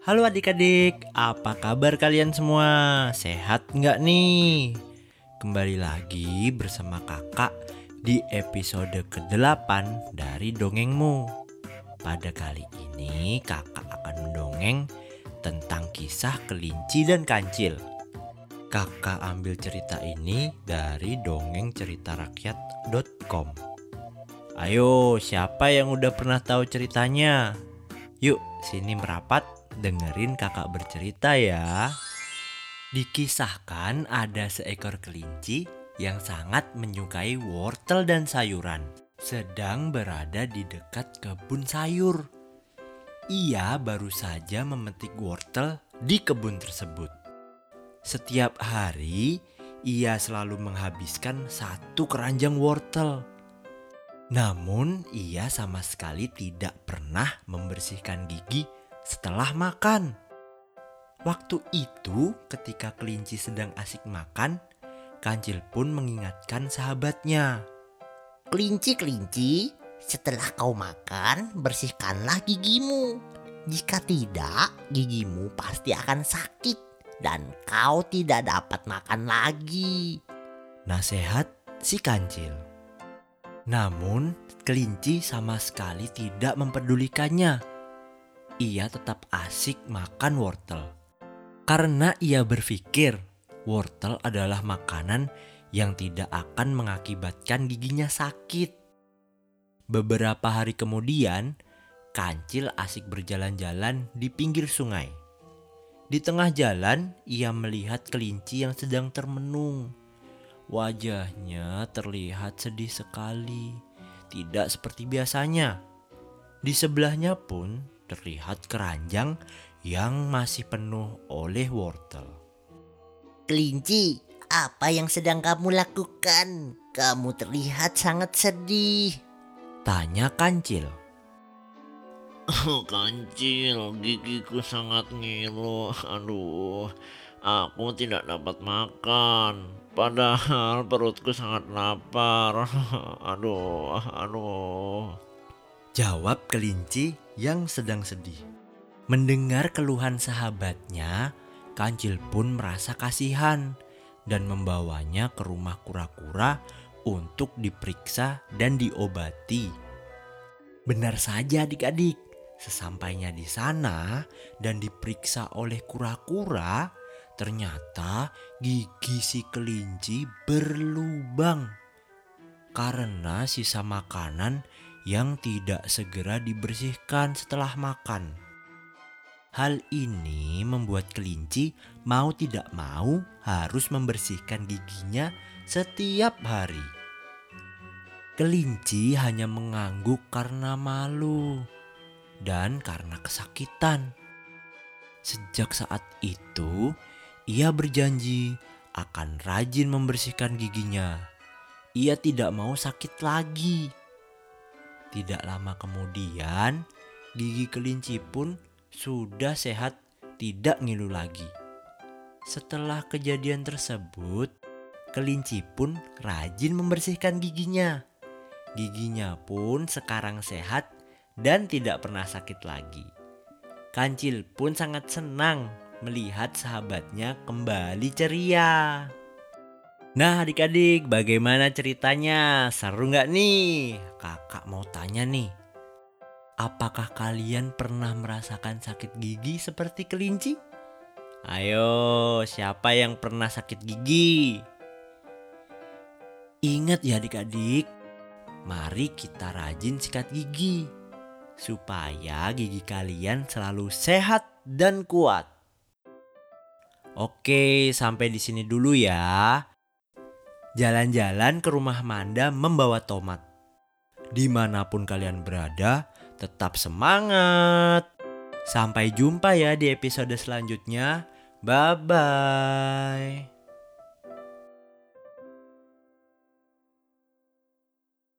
Halo adik-adik, apa kabar kalian semua? Sehat nggak nih? Kembali lagi bersama kakak di episode ke-8 dari Dongengmu. Pada kali ini kakak akan mendongeng tentang kisah kelinci dan kancil. Kakak ambil cerita ini dari dongengceritarakyat.com. Ayo, siapa yang udah pernah tahu ceritanya? Yuk, sini merapat, dengerin kakak bercerita ya. Dikisahkan ada seekor kelinci yang sangat menyukai wortel dan sayuran, sedang berada di dekat kebun sayur. Ia baru saja memetik wortel di kebun tersebut. Setiap hari, ia selalu menghabiskan satu keranjang wortel. Namun, ia sama sekali tidak pernah membersihkan gigi setelah makan. Waktu itu, ketika kelinci sedang asik makan, kancil pun mengingatkan sahabatnya. Kelinci, setelah kau makan, bersihkanlah gigimu. Jika tidak, gigimu pasti akan sakit dan kau tidak dapat makan lagi. Nasihat si kancil. Namun, kelinci sama sekali tidak mempedulikannya. Ia tetap asik makan wortel. Karena ia berpikir wortel adalah makanan yang tidak akan mengakibatkan giginya sakit. Beberapa hari kemudian, kancil asik berjalan-jalan di pinggir sungai. Di tengah jalan, ia melihat kelinci yang sedang termenung. Wajahnya terlihat sedih sekali, tidak seperti biasanya. Di sebelahnya pun terlihat keranjang yang masih penuh oleh wortel. Kelinci, apa yang sedang kamu lakukan? Kamu terlihat sangat sedih. Tanya kancil. Oh, Kancil, gigiku sangat ngilu. Aduh, aku tidak dapat makan. Padahal perutku sangat lapar. Aduh. Jawab kelinci yang sedang sedih. Mendengar keluhan sahabatnya, kancil pun merasa kasihan dan membawanya ke rumah kura-kura untuk diperiksa dan diobati. Benar saja adik-adik, sesampainya di sana dan diperiksa oleh kura-kura, ternyata gigi si kelinci berlubang karena sisa makanan yang tidak segera dibersihkan setelah makan. Hal ini membuat kelinci mau tidak mau harus membersihkan giginya setiap hari. Kelinci hanya mengangguk karena malu dan karena kesakitan. Sejak saat itu, ia berjanji akan rajin membersihkan giginya. Ia tidak mau sakit lagi. Tidak lama kemudian, gigi kelinci pun sudah sehat, tidak ngilu lagi. Setelah kejadian tersebut, kelinci pun rajin membersihkan giginya. Giginya pun sekarang sehat dan tidak pernah sakit lagi. Kancil pun sangat senang melihat sahabatnya kembali ceria. Nah adik-adik, bagaimana ceritanya? Seru gak nih? Kakak mau tanya nih, apakah kalian pernah merasakan sakit gigi seperti kelinci? Ayo, siapa yang pernah sakit gigi? Ingat ya adik-adik, mari kita rajin sikat gigi supaya gigi kalian selalu sehat dan kuat. Oke, sampai di sini dulu ya. Jalan-jalan ke rumah Manda membawa tomat. Dimanapun kalian berada, tetap semangat. Sampai jumpa ya di episode selanjutnya. Bye-bye.